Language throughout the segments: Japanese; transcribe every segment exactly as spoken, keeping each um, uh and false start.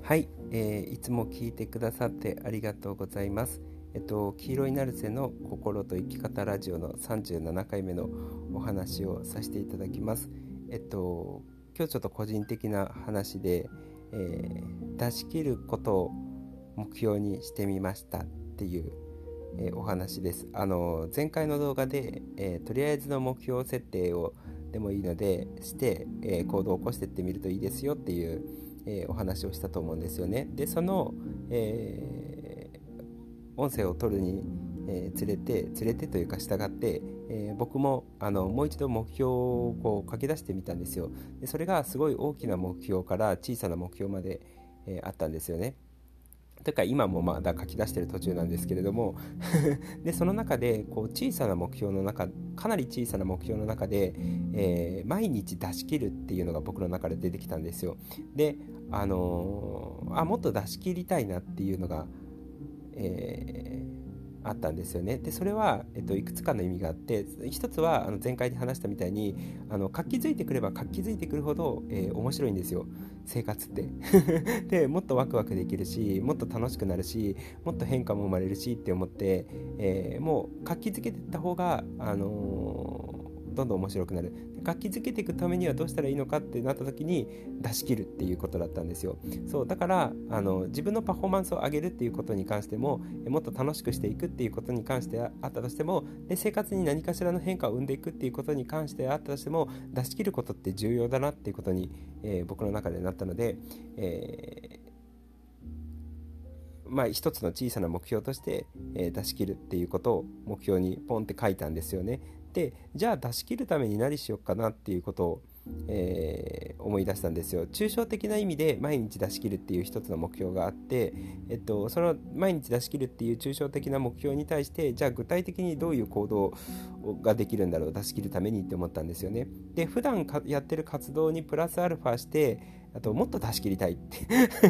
はい、えーいつも聞いてくださってありがとうございます。えっと、黄色いナルセの心と生き方ラジオのさんじゅうななかいめのお話をさせていただきます。えっと、今日ちょっと個人的な話で、えー出し切ることを目標にしてみましたっていう、えーお話です。あの前回の動画で、えーとりあえずの目標設定をでもいいのでして、えー行動を起こしていってみるといいですよっていう、えーお話をしたと思うんですよね。でその、えー音声を取るに、えー連れて連れてというか従って、えー僕もあのもう一度目標をこう書き出してみたんですよ。でそれがすごい大きな目標から小さな目標まで、えーあったんですよね。というか今もまだ書き出している途中なんですけれどもでその中でこう小さな目標の中かなり小さな目標の中で、えー毎日出し切るっていうのが僕の中で出てきたんですよ。であのーあもっと出し切りたいなっていうのが、えーあったんですよね。でそれは、えっと、いくつかの意味があって、一つはあの前回で話したみたいにあの活気づいてくれば活気づいてくるほど、えー面白いんですよ、生活ってでもっとワクワクできるし、もっと楽しくなるし、もっと変化も生まれるしって思って、えーもう活気づけていった方が、あのーどんどん面白くなる。活気づけていくためにはどうしたらいいのかってなった時に出し切るっていうことだったんですよ。そうだからあの自分のパフォーマンスを上げるっていうことに関しても、もっと楽しくしていくっていうことに関してあったとしても、で生活に何かしらの変化を生んでいくっていうことに関してあったとしても、出し切ることって重要だなっていうことに、えー僕の中でなったので、えーまあ、一つの小さな目標として、えー出し切るっていうことを目標にポンって書いたんですよね。でじゃあ出し切るために何しようかなっていうことを、えー思い出したんですよ。抽象的な意味で毎日出し切るっていう一つの目標があって、えっと、その毎日出し切るっていう抽象的な目標に対して、じゃあ具体的にどういう行動ができるんだろう、出し切るためにって思ったんですよね。で普段かやってる活動にプラスアルファして、あともっと出し切りたいって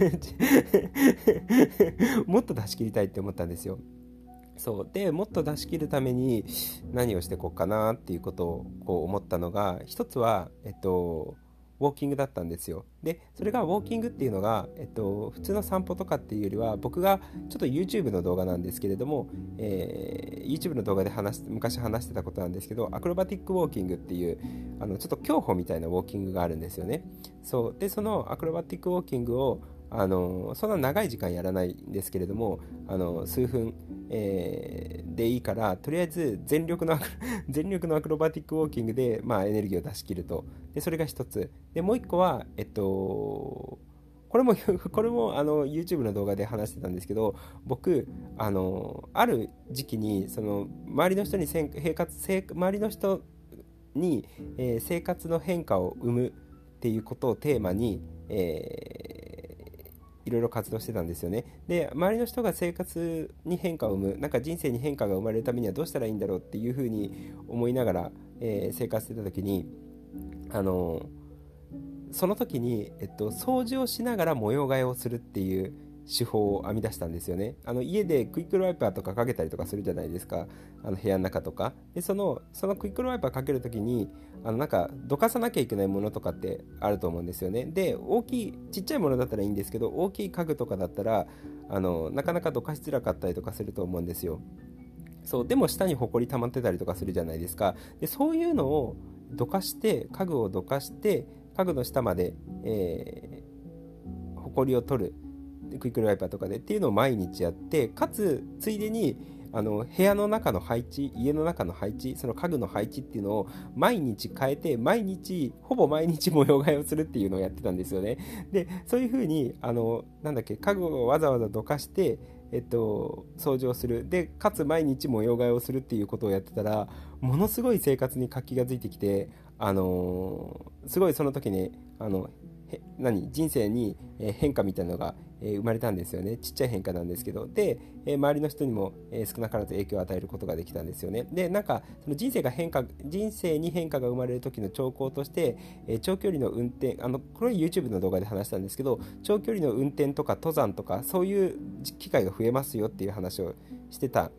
もっと出し切りたいって思ったんですよ。そうでもっと出し切るために何をしていこうかなっていうことをこう思ったのが、一つは、えっと、ウォーキングだったんですよ。でそれがウォーキングっていうのが、えっと、普通の散歩とかっていうよりは、僕がちょっと YouTube の動画なんですけれども、えー YouTube の動画で話し昔話してたことなんですけど、アクロバティックウォーキングっていうあのちょっと競歩みたいなウォーキングがあるんですよね。そうでそのアクロバティックウォーキングをあのそんな長い時間やらないんですけれども、あの数分、えーでいいから、とりあえず全力の全力のアクロバティックウォーキングで、まあ、エネルギーを出し切ると。でそれが一つで、もう一個は、えっとこれもこれもあの YouTube の動画で話してたんですけど、僕あのある時期にその周りの人に生活周りの人に、えー生活の変化を生むっていうことをテーマに、えーいろいろ活動してたんですよね。で周りの人が生活に変化を生む、なんか人生に変化が生まれるためにはどうしたらいいんだろうっていうふうに思いながら、えー生活してた時に、あのその時に、えっと、掃除をしながら模様替えをするっていう手法を編み出したんですよね。あの家でクイックルワイパーとかかけたりとかするじゃないですか、あの部屋の中とかで。そのそのクイックルワイパーかける時に、あのなんかどかさなきゃいけないものとかってあると思うんですよね。で大きいちっちゃいものだったらいいんですけど、大きい家具とかだったらあのなかなかどかしづらかったりとかすると思うんですよ。そうでも下にほこり溜まってたりとかするじゃないですか。でそういうのをどかして、家具をどかして家具の下まで、えー、ほこりを取る、クイックルワイパーとかでっていうのを毎日やって、かつついでにあの部屋の中の配置、家の中の配置、その家具の配置っていうのを毎日変えて、毎日ほぼ毎日模様替えをするっていうのをやってたんですよね。でそういう風にあのなんだっけ家具をわざわざどかして、えっと、掃除をする、でかつ毎日模様替えをするっていうことをやってたら、ものすごい生活に活気がついてきて、あのーすごいその時にあのへ何人生にえー変化みたいなのがえー生まれたんですよね。ちっちゃい変化なんですけど、で、えー周りの人にも、えー少なからず影響を与えることができたんですよね。でなんかその人生が変化人生に変化が生まれる時の兆候として、えー長距離の運転、あのこれ YouTube の動画で話したんですけど、長距離の運転とか登山とかそういう機会が増えますよっていう話をしてた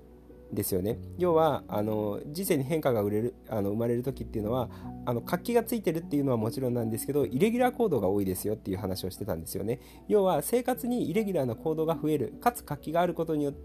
ですよね。要はあの人生に変化が売れるあの生まれる時っていうのは、あの活気がついてるっていうのはもちろんなんですけど、イレギュラー行動が多いですよっていう話をしてたんですよね。要は生活にイレギュラーな行動が増える、かつ活気があることによって、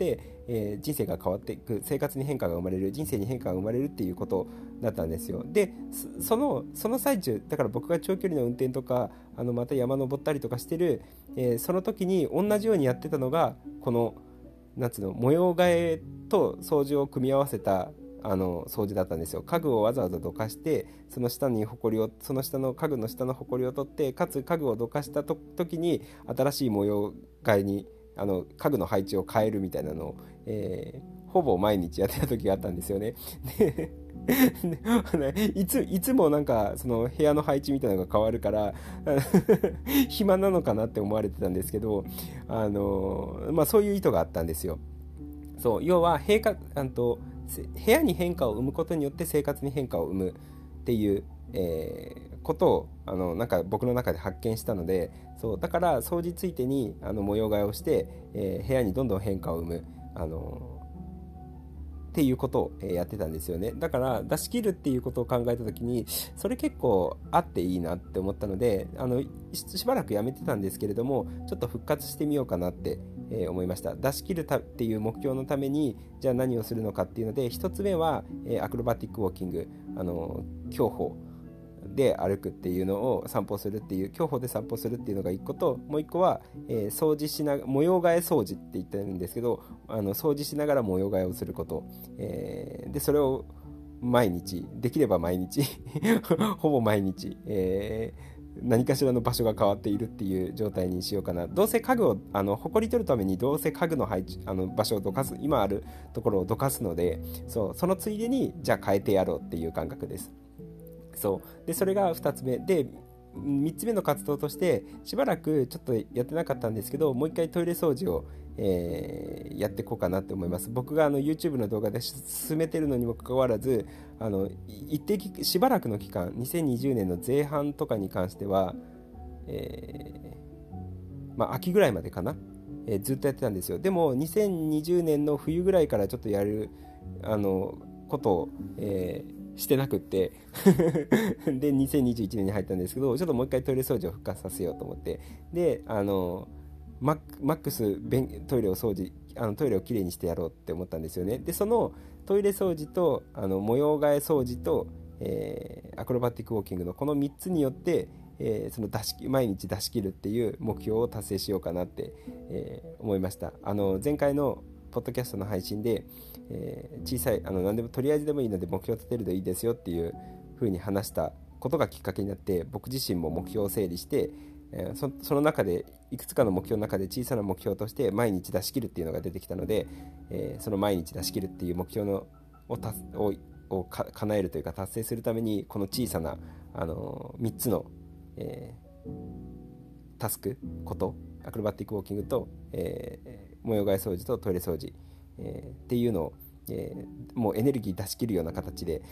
えー人生が変わっていく、生活に変化が生まれる、人生に変化が生まれるっていうことだったんですよ。でそそのその最中だから、僕が長距離の運転とか、あのまた山登ったりとかしてる、えーその時に同じようにやってたのが、このなんつうの、模様替えと掃除を組み合わせたあの掃除だったんですよ。家具をわざわざどかして、その下にホコリをその下の家具の下のホコリを取って、かつ家具をどかしたと時に新しい模様替えに、あの家具の配置を変えるみたいなのを、えーほぼ毎日やってた時があったんですよね。ででいついつもなんかその部屋の配置みたいなのが変わるから暇なのかなって思われてたんですけど、あの、まあ、そういう意図があったんですよ。そう要は変化あと部屋に変化を生むことによって生活に変化を生むっていう、えーことをあのなんか僕の中で発見したので、そうだから掃除ついてにあの模様替えをして、えー部屋にどんどん変化を生む、あのっていうことをえーやってたんですよね。だから出し切るっていうことを考えた時に、それ結構あっていいなって思ったので、あのししばらくやめてたんですけれども、ちょっと復活してみようかなってえー思いました。出し切るたっていう目標のためにじゃあ何をするのかっていうので、一つ目は、えーアクロバティックウォーキング、あの競歩で歩くっていうのを散歩するっていう、競歩で散歩するっていうのが一個と、もう一個は、えー掃除しな模様替え掃除って言ってるんですけど、あの掃除しながら模様替えをすること、えーでそれを毎日できれば毎日ほぼ毎日、えー何かしらの場所が変わっているっていう状態にしようかな。どうせ家具をあの埃取るために、どうせ家具の配置あの場所をどかす、今あるところをどかすので、そうそのついでにじゃあ変えてやろうっていう感覚です。そうでそれがふたつめで、みっつめの活動として、しばらくちょっとやってなかったんですけど、もう一回トイレ掃除を、えーやっていこうかなって思います。僕があの YouTube の動画で進めてるのにもかかわらず、あの一定期しばらくの期間、にせんにじゅうねんの前半とかに関しては、えーまあ、秋ぐらいまでかな、えーずっとやってたんですよ。でもにせんにじゅうねんの冬ぐらいからちょっとやるあのことを、えーしてなくってでにせんにじゅういちねんに入ったんですけど、ちょっともう一回トイレ掃除を復活させようと思って、であのマックマックストイレを掃除あのトイレをきれいにしてやろうって思ったんですよね。でそのトイレ掃除とあの模様替え掃除と、えーアクロバティックウォーキングのこのみっつによって、えーその出し毎日出し切るっていう目標を達成しようかなって、えー思いました。あの前回のポッドキャストの配信で、えー小さいあの何でもとりあえずでもいいので目標を立てるといいですよっていう風に話したことがきっかけになって、僕自身も目標を整理して、えーそその中でいくつかの目標の中で小さな目標として毎日出し切るっていうのが出てきたので、えーその毎日出し切るっていう目標のをたををか叶えるというか達成するために、この小さな、あのーみっつの、えータスクことアクロバティックウォーキングと、えー模様替え掃除とトイレ掃除、えーっていうのを、えーもうエネルギー出し切るような形で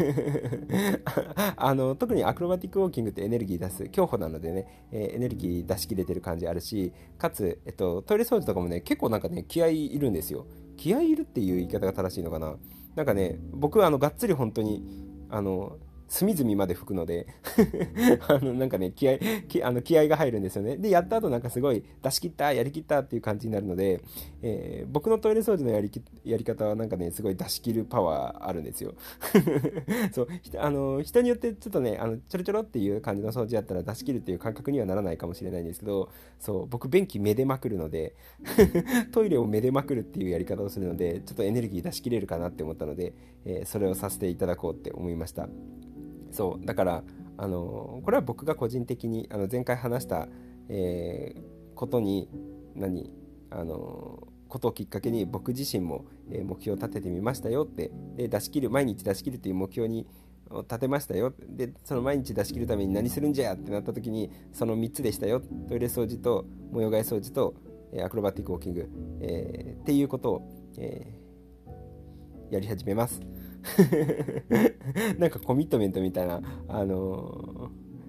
あの特にアクロバティックウォーキングってエネルギー出す競歩なのでね、えーエネルギー出し切れてる感じあるし、かつ、えっと、トイレ掃除とかもね結構なんかね気合いいるんですよ。気合いいるっていう言い方が正しいのかな。なんかね僕はあのがっつり本当にあの隅々まで拭くのであのなんかね気合気あの気合が入るんですよね。でやった後なんかすごい出し切ったやりきったっていう感じになるので、えー僕のトイレ掃除のやりきやり方はなんかねすごい出し切るパワーあるんですよそうあの人によってちょっとねあのちょろちょろっていう感じの掃除だったら出し切るっていう感覚にはならないかもしれないんですけど、そう僕便器めでまくるのでトイレをめでまくるっていうやり方をするので、ちょっとエネルギー出し切れるかなって思ったので、えーそれをさせていただこうって思いました。そうだからあのこれは僕が個人的にあの前回話した、えーことに何あのことをきっかけに僕自身も、えー目標を立ててみましたよって、で出し切る毎日出し切るっていう目標に立てましたよ。でその毎日出し切るために何するんじゃってなった時にそのみっつでしたよ。トイレ掃除と模様替え掃除と、えーアクロバティックウォーキング、えーっていうことを、えーやり始めますなんかコミットメントみたいな、あのー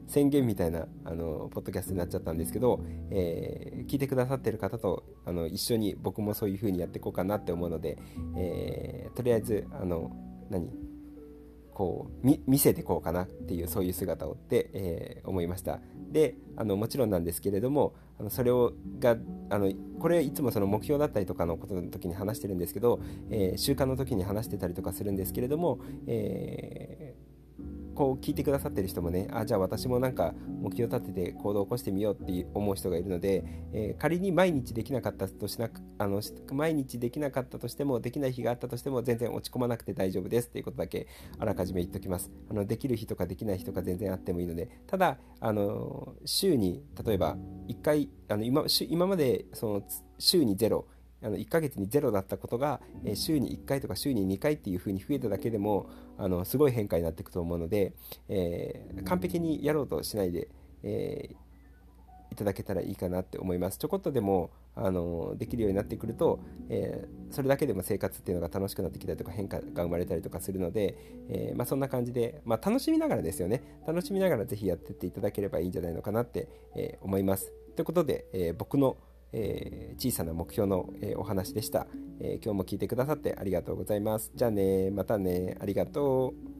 宣言みたいなあのポッドキャストになっちゃったんですけど、えー、聞いてくださってる方とあの一緒に僕もそういう風にやっていこうかなって思うので、えー、とりあえずあの何こう見せてこうかなっていう、そういう姿をって、えー、思いました。であのもちろんなんですけれども、あのそれをがあのこれいつもその目標だったりとかのことの時に話してるんですけど、えー、習慣の時に話してたりとかするんですけれども、えーこう聞いてくださってる人もね、あじゃあ私もなんか目標立てて行動を起こしてみようって思う人がいるので、えー仮に毎日できなかったとしなくあの毎日できなかったとしても、できない日があったとしても全然落ち込まなくて大丈夫ですっていうことだけあらかじめ言っておきます。あのできる日とかできない日とか全然あってもいいので、ただあの週に例えばいっかい、あの 今, 今までその週にゼロ、あのいっかげつにゼロだったことが、えー週にいっかいとか週ににかいっていう風に増えただけでもあのすごい変化になっていくと思うので、えー完璧にやろうとしないで、えーいただけたらいいかなって思います。ちょこっとでもあのできるようになってくると、えーそれだけでも生活っていうのが楽しくなってきたりとか変化が生まれたりとかするので、えーまあ、そんな感じで、まあ、楽しみながらですよね。楽しみながらぜひやってっていただければいいんじゃないのかなって、えー思います。ということで、えー僕のえー小さな目標の、えーお話でした。えー今日も聞いてくださってありがとうございます。じゃあね、またね、ありがとう。